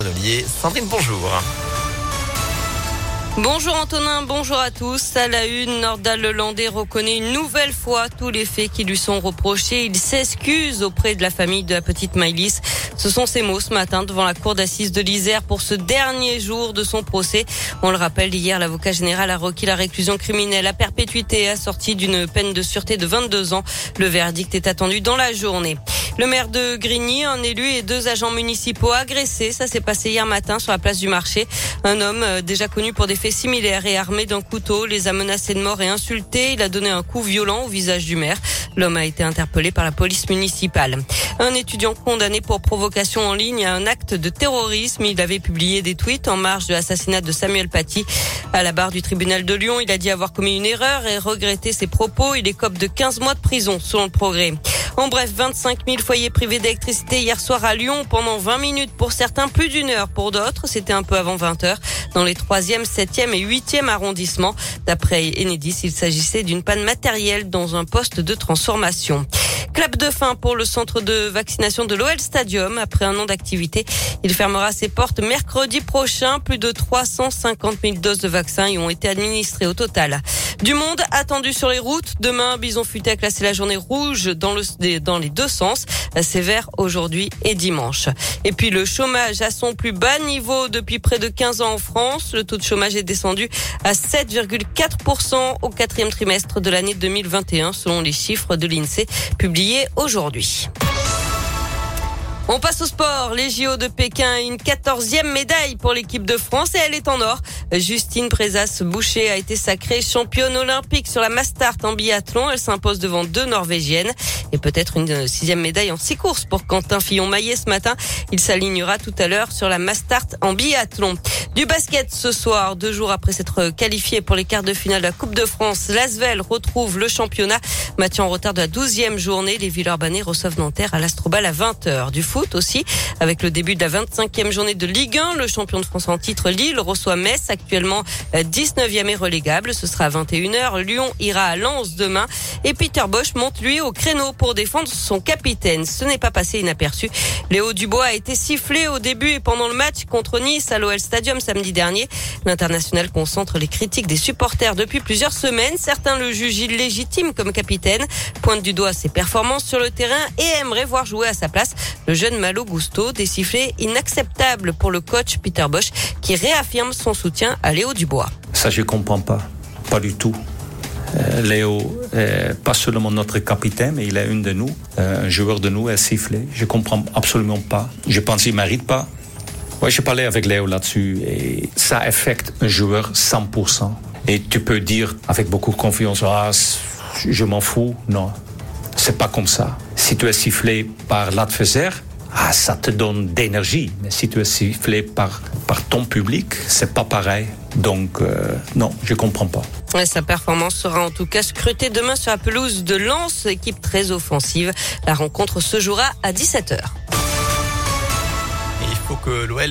Ollier. Sandrine, bonjour. Bonjour Antonin, bonjour à tous. À la une, Nordal Lelandais reconnaît une nouvelle fois tous les faits qui lui sont reprochés. Il s'excuse auprès de la famille de la petite Maëlys. Ce sont ses mots ce matin devant la cour d'assises de l'Isère pour ce dernier jour de son procès. On le rappelle, hier, l'avocat général a requis la réclusion criminelle à perpétuité assortie d'une peine de sûreté de 22 ans. Le verdict est attendu dans la journée. Le maire de Grigny, un élu et 2 agents municipaux agressés. Ça s'est passé hier matin sur la place du marché. Un homme déjà connu pour des faits similaires et armé d'un couteau les a menacés de mort et insultés. Il a donné un coup violent au visage du maire. L'homme a été interpellé par la police municipale. Un étudiant condamné pour provocation en ligne à un acte de terrorisme. Il avait publié des tweets en marge de l'assassinat de Samuel Paty. À la barre du tribunal de Lyon, il a dit avoir commis une erreur et regretté ses propos. Il écope de 15 mois de prison, selon le Progrès. En bref, 25 000 foyers privés d'électricité hier soir à Lyon pendant 20 minutes pour certains, plus d'une heure pour d'autres. C'était un peu avant 20 heures dans les 3e, 7e et 8e arrondissements. D'après Enedis, il s'agissait d'une panne matérielle dans un poste de transformation. Clap de fin pour le centre de vaccination de l'OL Stadium. Après un an d'activité, il fermera ses portes mercredi prochain. Plus de 350 000 doses de vaccins y ont été administrées au total. Du monde attendu sur les routes. Demain, Bison Futé a classé la journée rouge dans les deux sens. Sévère aujourd'hui et dimanche. Et puis le chômage à son plus bas niveau depuis près de 15 ans en France. Le taux de chômage est descendu à 7,4% au 4e trimestre de l'année 2021 selon les chiffres de l'INSEE publiés aujourd'hui. On passe au sport. Les JO de Pékin, une 14e médaille pour l'équipe de France et elle est en or. Justine Présas-Boucher a été sacrée championne olympique sur la Mastart en biathlon. Elle s'impose devant 2 Norvégiennes et peut-être une 6e médaille en 6 courses pour Quentin Fillon-Maillet ce matin. Il s'alignera tout à l'heure sur la Mastart en biathlon. Du basket ce soir, 2 jours après s'être qualifié pour les quarts de finale de la Coupe de France, l'Asvel retrouve le championnat. Match en retard de la 12e journée. Les Villeurbanais reçoivent Nanterre à l'Astrobal à 20h. Du foot aussi, avec le début de la 25e journée de Ligue 1. Le champion de France en titre, Lille, reçoit Metz, actuellement 19e et relégable. Ce sera à 21h. Lyon ira à Lens demain. Et Peter Bosch monte lui au créneau pour défendre son capitaine. Ce n'est pas passé inaperçu. Léo Dubois a été sifflé au début et pendant le match contre Nice à l'OL Stadium samedi dernier. L'international concentre les critiques des supporters depuis plusieurs semaines. Certains le jugent illégitime comme capitaine, pointent du doigt ses performances sur le terrain et aimeraient voir jouer à sa place le jeune Malo Gusto. Des sifflets inacceptables pour le coach Peter Bosch qui réaffirme son soutien à Léo Dubois. Ça, je comprends pas du tout. Léo est pas seulement notre capitaine, mais il est une de nous. Un joueur de nous est sifflé. Je comprends absolument pas. Je pense qu'il mérite pas. Ouais, j'ai parlé avec Léo là-dessus et ça affecte un joueur 100%. Et tu peux dire avec beaucoup de confiance, je m'en fous. Non, c'est pas comme ça. Si tu es sifflé par l'adversaire, ça te donne d'énergie. Mais si tu es sifflé par ton public, c'est pas pareil. Donc, non, je comprends pas. Ouais, sa performance sera en tout cas scrutée demain sur la pelouse de Lens, équipe très offensive. La rencontre se jouera à 17h. Il faut que l'OL